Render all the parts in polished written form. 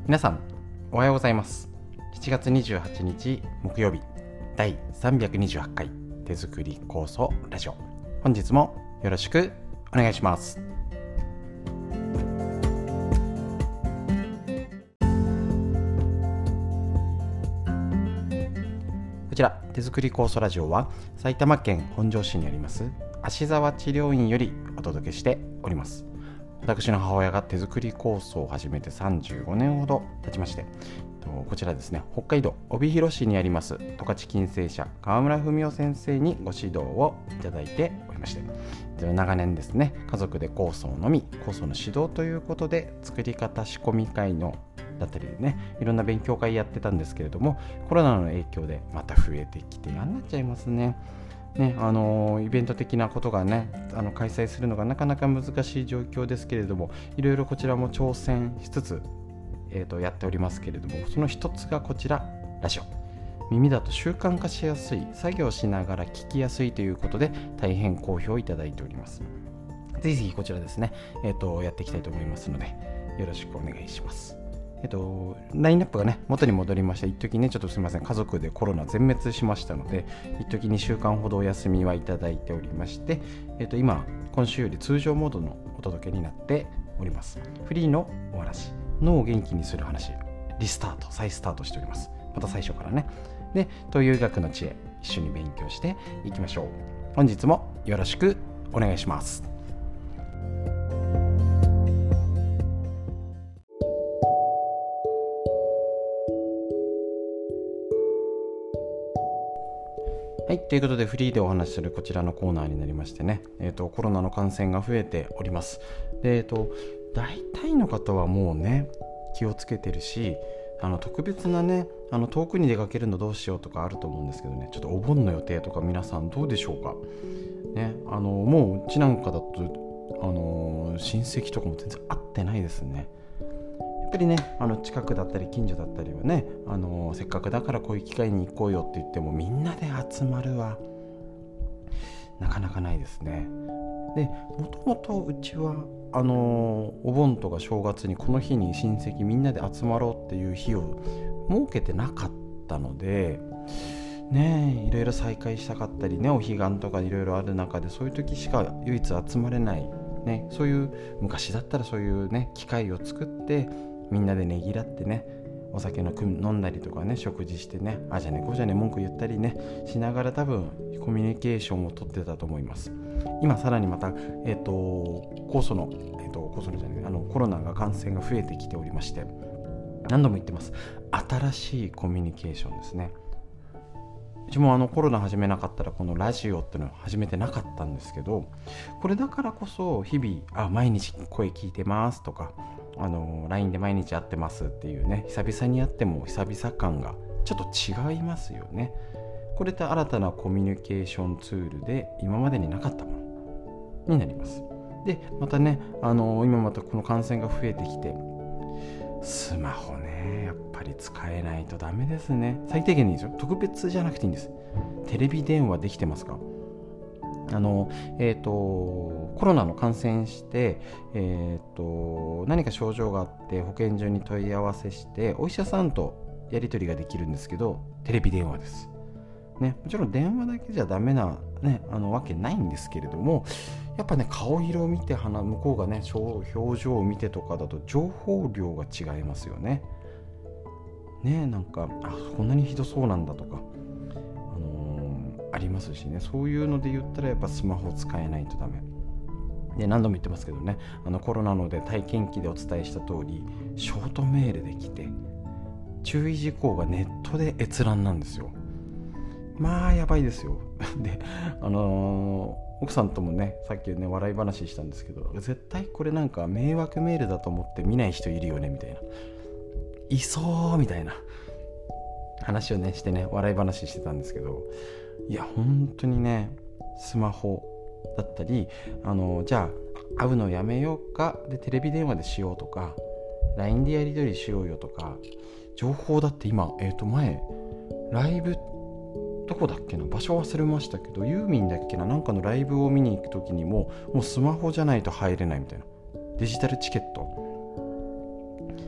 皆さんおはようございます。7月28日木曜日第328回手作り酵素ラジオ、本日もよろしくお願いします。こちら手作り酵素ラジオは埼玉県本庄市にあります芦沢治療院よりお届けしております。私の母親が手作り酵素を始めて35年ほど経ちまして、こちらですね、北海道帯広市にあります十勝金星社川村文夫先生にご指導をいただいておりまして、長年ですね、家族で酵素を飲み、酵素の指導ということで作り方仕込み会のだったりね、いろんな勉強会やってたんですけれども、コロナの影響でまた増えてきて嫌になっちゃいますね。イベント的なことがね、開催するのがなかなか難しい状況ですけれども、いろいろこちらも挑戦しつつ、やっておりますけれども、その一つがこちら、ラジオ。耳だと習慣化しやすい、作業しながら聞きやすいということで大変好評いただいております。ぜひぜひこちらですね、やっていきたいと思いますので、よろしくお願いします。ラインナップがね、元に戻りまして、一時ね、ちょっとすみません、家族でコロナ全滅しましたので、一時2週間ほどお休みはいただいておりまして、今週より通常モードのお届けになっております。フリーのお話、脳を元気にする話、リスタート、再スタートしております。また最初からね。で、東洋医学の知恵、一緒に勉強していきましょう。本日もよろしくお願いします。はい、ということでフリーでお話しするこちらのコーナーになりましてね、コロナの感染が増えております。で、大体の方はもうね、気をつけてるし、特別なね、遠くに出かけるのどうしようとかあると思うんですけどね、ちょっとお盆の予定とか皆さんどうでしょうかね。もううちなんかだと親戚とかも全然会ってないですね。やっぱりね、近くだったり近所だったりはね、せっかくだからこういう機会に行こうよって言ってもみんなで集まるはなかなかないですね。で、もともとうちはお盆とか正月にこの日に親戚みんなで集まろうっていう日を設けてなかったのでね、いろいろ再会したかったりね、お彼岸とかいろいろある中でそういう時しか唯一集まれないね、そういう昔だったらそういうね機会を作ってみんなでねぎらってね、お酒の飲んだりとかね、食事してね、あじゃねこうじゃね文句言ったりねしながら多分コミュニケーションを取ってたと思います。今さらにまた酵素のコロナが感染が増えてきておりまして、何度も言ってます、新しいコミュニケーションですね。うちもコロナ始めなかったらこのラジオっていうのを始めてなかったんですけど、これだからこそ日々毎日声聞いてますとかLINE で毎日会ってますっていうね、久々に会っても久々感がちょっと違いますよね。これって新たなコミュニケーションツールで今までになかったものになります。でまたね、今またこの感染が増えてきて、スマホね、やっぱり使えないとダメですね。最低限でいいですよ、特別じゃなくていいんです。テレビ電話できてますか？コロナの感染して、何か症状があって保健所に問い合わせしてお医者さんとやり取りができるんですけど、テレビ電話ですね。もちろん電話だけじゃダメな、ね、わけないんですけれども、やっぱね、顔色を見て向こうがね表情を見てとかだと情報量が違いますよね。ね、なんかこんなにひどそうなんだとか、ありますしね。そういうので言ったらやっぱスマホ使えないとダメで、何度も言ってますけどね、コロナので体験記でお伝えした通り、ショートメールで来て注意事項がネットで閲覧なんですよ。まあやばいですよ。で、奥さんともね、さっきね笑い話したんですけど、絶対これなんか迷惑メールだと思って見ない人いるよねみたいな、いそうみたいな話をねしてね、笑い話してたんですけど、いや本当にね、スマホだったりじゃあ会うのやめようかでテレビ電話でしようとか LINE でやり取りしようよとか、情報だって今前ライブどこだっけな、場所忘れましたけど、ユーミンだっけな、なんかのライブを見に行く時にもうスマホじゃないと入れないみたいな、デジタルチケット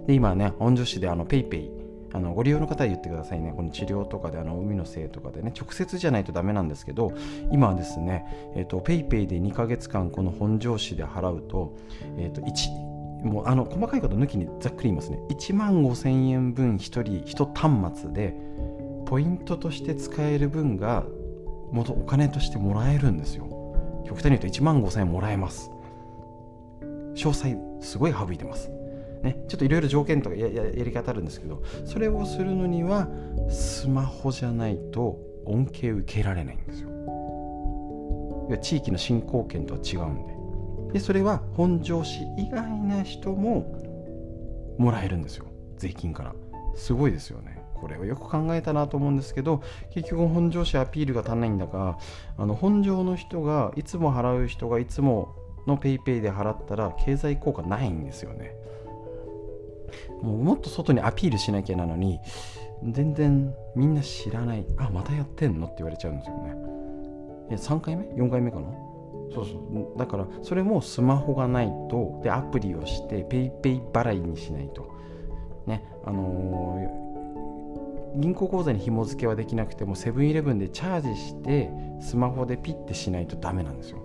で今ね本庄市でペイペイご利用の方は言ってくださいね。この治療とかで海のせいとかでね直接じゃないとダメなんですけど、今はですねペイペイで2ヶ月間この本庄市で払うともう細かいこと抜きにざっくり言いますね、15,000円分1端末でポイントとして使える分がお金としてもらえるんですよ。極端に言うと15,000円もらえます。詳細すごい省いてますね。ちょっといろいろ条件とか やり方あるんですけど、それをするのにはスマホじゃないと恩恵受けられないんですよ。地域の振興券とは違うんで、それは本庄市以外な人ももらえるんですよ、税金から。すごいですよね。これをよく考えたなと思うんですけど、結局本庄市アピールが足んないんだが、本庄の人がいつも払う人がいつものペイペイで払ったら経済効果ないんですよね。もっと外にアピールしなきゃなのに全然みんな知らない。またやってんのって言われちゃうんですよね。3回目 ?4 回目かな。そうだからそれもスマホがないと、でアプリをしてペイペイ払いにしないとね、銀行口座に紐付けはできなくてもセブンイレブンでチャージしてスマホでピッてしないとダメなんですよ。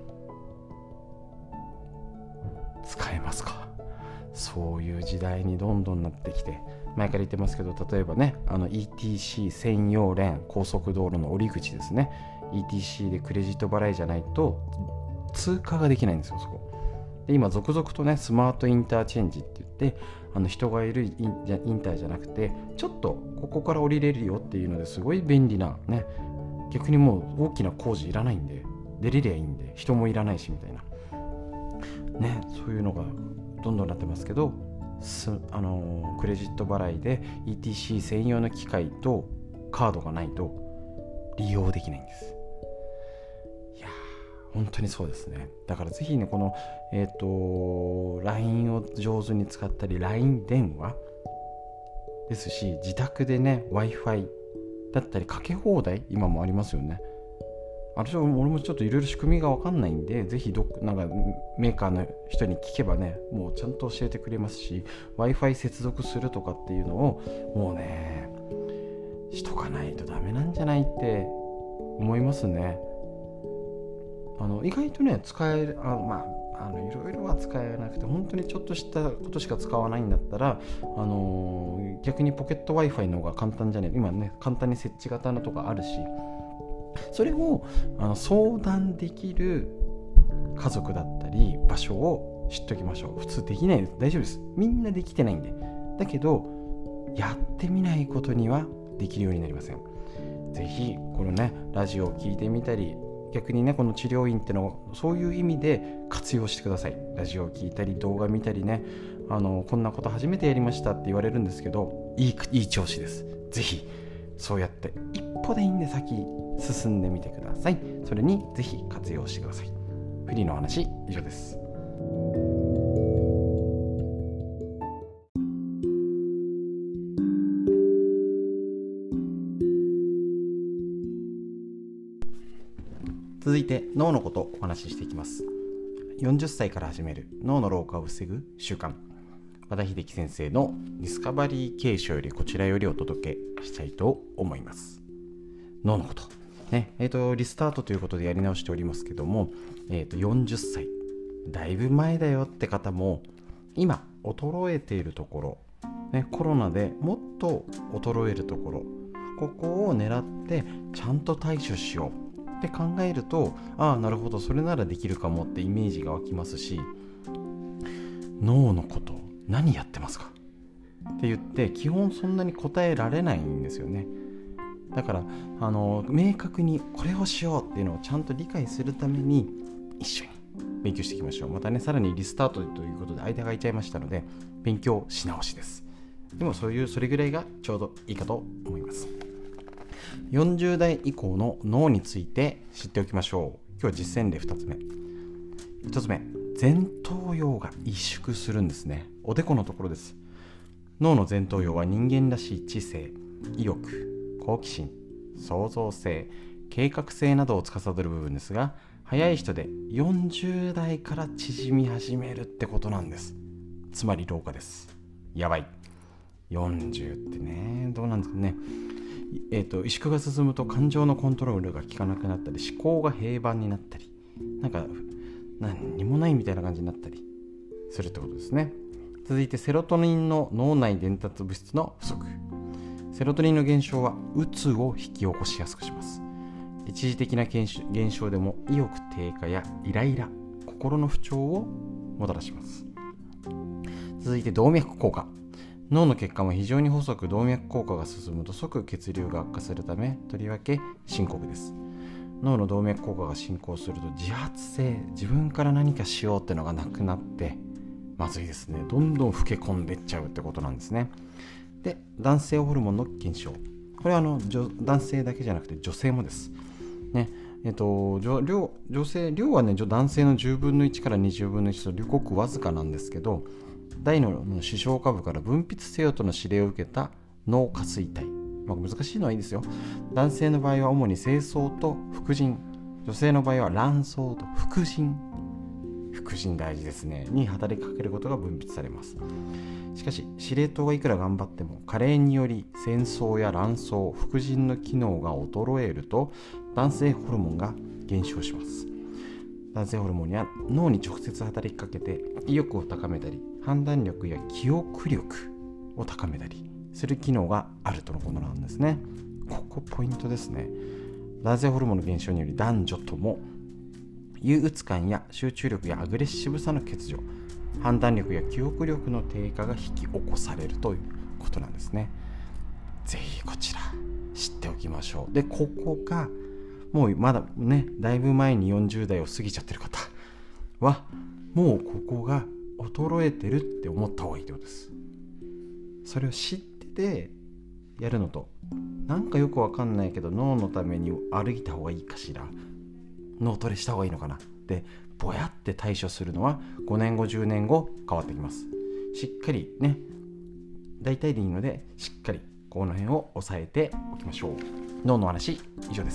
使えますか？そういう時代にどんどんなってきて、前から言ってますけど、例えばねETC 専用レーン、高速道路の降り口ですね、 ETC でクレジット払いじゃないと通過ができないんですよ、そこで。今続々とねスマートインターチェンジって言って、人がいるインターじゃなくて、ちょっとここから降りれるよっていうのですごい便利なね、逆にもう大きな工事いらないんで、出れりゃいいんで人もいらないしみたいなね、そういうのがどんどんなってますけど、クレジット払いで ETC 専用の機械とカードがないと利用できないんです。いや本当にそうですね。だからぜひね、このLINE を上手に使ったり LINE 電話ですし、自宅でね Wi-Fi だったりかけ放題今もありますよね。俺もちょっといろいろ仕組みが分かんないんで、ぜひなんかメーカーの人に聞けばね、もうちゃんと教えてくれますし、 Wi-Fi 接続するとかっていうのをもうねしとかないとダメなんじゃないって思いますね。意外とね使える、いろいろは使えなくて、本当にちょっとしたことしか使わないんだったら、逆にポケット Wi-Fi の方が簡単じゃない。今ね簡単に設置型のとかあるし、それを相談できる家族だったり場所を知っておきましょう。普通できないです。大丈夫です。みんなできてないんで。だけどやってみないことにはできるようになりません。ぜひこのねラジオを聞いてみたり、逆にねこの治療院ってのをそういう意味で活用してください。ラジオを聞いたり動画見たりね、こんなこと初めてやりましたって言われるんですけど、いい調子です。ぜひそうやって一歩でいいんで先進んでみてください。それにぜひ活用してください。フリーの話以上です。続いて脳のことをお話ししていきます。40歳から始める脳の老化を防ぐ習慣、和田秀樹先生のディスカバリー継承よりこちらよりお届けしたいと思います。脳のことね、リスタートということでやり直しておりますけども、40歳だいぶ前だよって方も、今衰えているところ、ね、コロナでもっと衰えるところ、ここを狙ってちゃんと対処しようって考えると、なるほど、それならできるかもってイメージが湧きますし、脳のこと何やってますかって言って基本そんなに答えられないんですよね。だから明確にこれをしようっていうのをちゃんと理解するために一緒に勉強していきましょう。またねさらにリスタートということで間が空いちゃいましたので、勉強し直しです。でもそれぐらいがちょうどいいかと思います。40代以降の脳について知っておきましょう。今日は実践例2つ目。1つ目、前頭葉が萎縮するんですね。おでこのところです。脳の前頭葉は人間らしい知性、意欲、好奇心、創造性、計画性などを司る部分ですが、早い人で40代から縮み始めるってことなんです。つまり老化です。 やばい。40ってね、どうなんですかね。萎縮が進むと感情のコントロールが効かなくなったり、思考が平板になったり、なんか何にもないみたいな感じになったりするってことですね。続いてセロトニンの脳内伝達物質の不足。セロトニンの減少はうつを引き起こしやすくします。一時的な減少でも意欲低下やイライラ、心の不調をもたらします。続いて動脈硬化。脳の血管は非常に細く、動脈硬化が進むと即血流が悪化するため、とりわけ深刻です。脳の動脈硬化が進行すると自発性、自分から何かしようってのがなくなってまずいですね。どんどん老け込んでっちゃうってことなんですね。で、男性ホルモンの減少。これは男性だけじゃなくて女性もですね。女性量はね、男性の10分の1から20分の1とごくわずかなんですけど、大脳の視床下部から分泌せよとの指令を受けた脳下垂体、難しいのはいいですよ。男性の場合は主に精巣と副腎、女性の場合は卵巣と副腎大事ですねに働きかけることが分泌されます。しかし司令塔がいくら頑張っても加齢により精巣や卵巣、副腎の機能が衰えると男性ホルモンが減少します。男性ホルモンは脳に直接働きかけて意欲を高めたり、判断力や記憶力を高めたりする機能があるとのことなんですね。ここポイントですね。男性ホルモンの減少により男女とも憂鬱感や集中力やアグレッシブさの欠如、判断力や記憶力の低下が引き起こされるということなんですね。ぜひこちら知っておきましょう。で、ここがもうまだね、だいぶ前に40代を過ぎちゃってる方はもうここが衰えてるって思った方がいいってことです。それを知っててやるのと、なんかよくわかんないけど脳のために歩いた方がいいかしら、脳トレした方がいいのかなでぼやって対処するのは5年後10年後変わってきます。しっかりね、大体でいいのでしっかりこの辺を押さえておきましょう。脳の話以上です。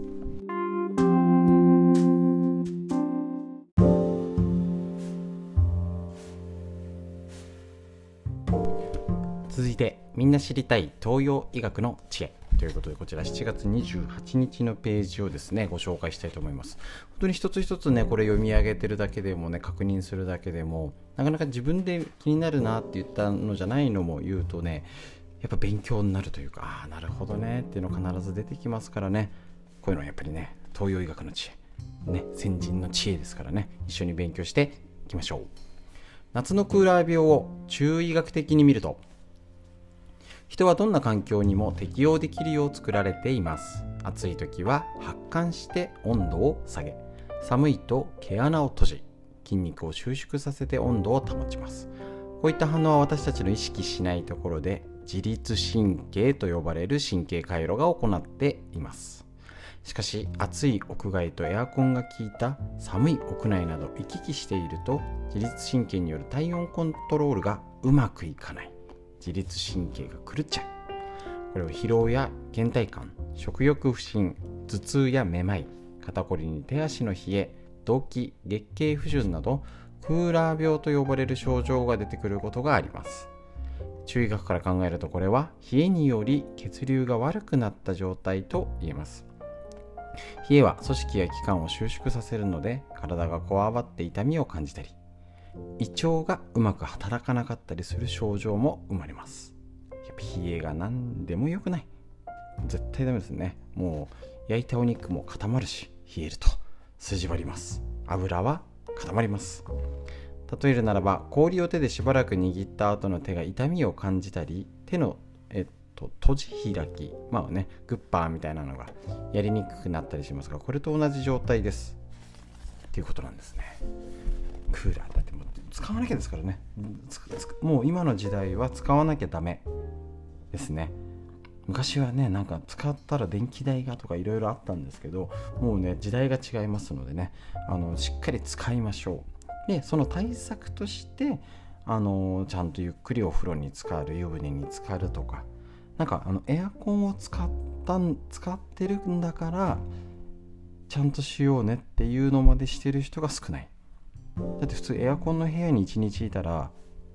続いてみんな知りたい東洋医学の知恵ということで、こちら7月28日のページをですねご紹介したいと思います。本当に一つ一つね、これ読み上げてるだけでもね、確認するだけでもなかなか自分で気になるなって言ったのじゃないのも言うとね、やっぱ勉強になるというか、なるほどねっていうの必ず出てきますからね。こういうのはやっぱりね、東洋医学の知恵ね、先人の知恵ですからね、一緒に勉強していきましょう。夏のクーラー病を中医学的に見ると、人はどんな環境にも適応できるよう作られています。暑い時は発汗して温度を下げ、寒いと毛穴を閉じ、筋肉を収縮させて温度を保ちます。こういった反応は私たちの意識しないところで自律神経と呼ばれる神経回路が行っています。しかし暑い屋外とエアコンが効いた寒い屋内など行き来していると、自律神経による体温コントロールがうまくいかない。自律神経が狂っちゃう。これを疲労や倦怠感、食欲不振、頭痛やめまい、肩こりに手足の冷え、動悸、月経不順などクーラー病と呼ばれる症状が出てくることがあります。中医学から考えると、これは冷えにより血流が悪くなった状態と言えます。冷えは組織や器官を収縮させるので、体がこわばって痛みを感じたり、胃腸がうまく働かなかったりする症状も生まれます。やっぱ冷えが何でも良くない。絶対ダメですね。もう焼いたお肉も固まるし、冷えると筋張ります。油は固まります。例えるならば、氷を手でしばらく握った後の手が痛みを感じたり、手の閉じ開き、グッパーみたいなのがやりにくくなったりしますが、これと同じ状態ですっていうことなんですね。クーラーだってもう使わなきゃですからね。もう今の時代は使わなきゃダメですね。昔はね、なんか使ったら電気代がとかいろいろあったんですけど、もうね時代が違いますのでね、しっかり使いましょう。で、その対策としてちゃんとゆっくりお風呂に浸かる、湯船に浸かるとか、なんかエアコンを使ってるんだからちゃんとしようねっていうのまでしてる人が少ない。だって普通エアコンの部屋に1日いたら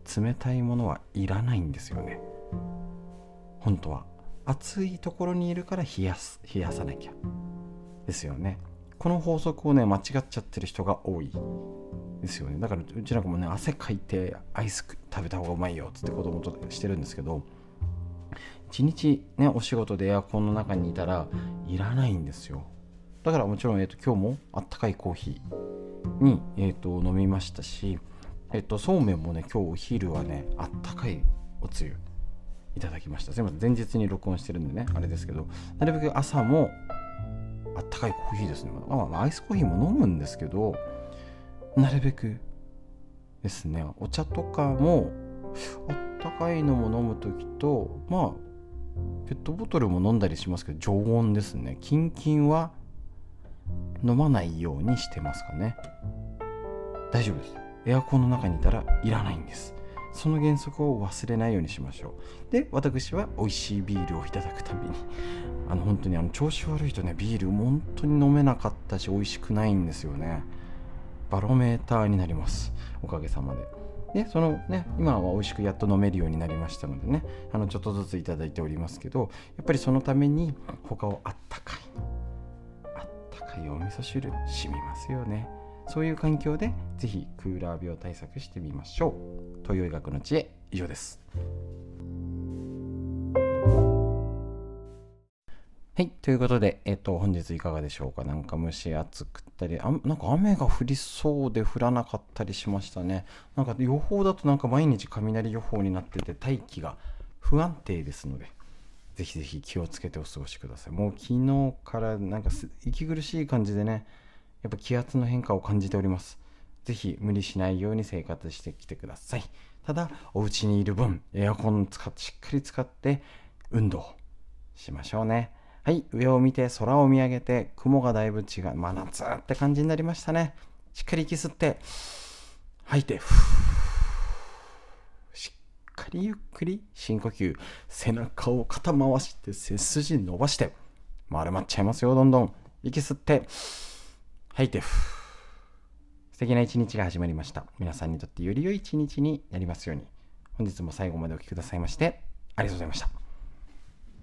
冷たいものはいらないんですよね。本当は暑いところにいるから冷やさなきゃですよね。この法則をね間違っちゃってる人が多いですよね。だからうちなんかもね、汗かいてアイス食べた方がうまいよっつって子供としてるんですけど、一日ねお仕事でエアコンの中にいたらいらないんですよ。だからもちろん、今日もあったかいコーヒーに、飲みましたし、そうめんもね今日お昼はねあったかいおつゆいただきました。すいません、前日に録音してるんでねあれですけど、なるべく朝もあったかいコーヒーですね。アイスコーヒーも飲むんですけど、なるべくですね、お茶とかもあったかいのも飲むときと、ペットボトルも飲んだりしますけど、常温ですね。キンキンは飲まないようにしてますかね。大丈夫です。エアコンの中にいたらいらないんです。その原則を忘れないようにしましょう。で、私は美味しいビールをいただくたびに、本当に調子悪いとね、ビール本当に飲めなかったし美味しくないんですよね。バロメーターになります、おかげさまで。で、そのね、今は美味しくやっと飲めるようになりましたのでね、ちょっとずついただいておりますけど、やっぱりそのために他をあったかいお味噌汁染みますよね。そういう環境でぜひクーラー病対策してみましょう。東洋医学の知恵、以上です。はい、ということで、本日いかがでしょうか。なんか蒸し暑くったり、なんか雨が降りそうで降らなかったりしましたね。なんか予報だとなんか毎日雷予報になってて、大気が不安定ですので、ぜひぜひ気をつけてお過ごしください。もう昨日からなんか息苦しい感じでね、やっぱ気圧の変化を感じております。ぜひ無理しないように生活してきてください。ただお家にいる分エアコンしっかり使って運動しましょうね。はい、上を見て空を見上げて、雲がだいぶ違う、真夏って感じになりましたね。しっかり息吸って吐いて、しっかりゆっくり深呼吸、背中を肩回して背筋伸ばして丸まっちゃいますよ。どんどん息吸って吐いて、素敵な一日が始まりました。皆さんにとってより良い一日になりますように。本日も最後までお聞きくださいましてありがとうございました。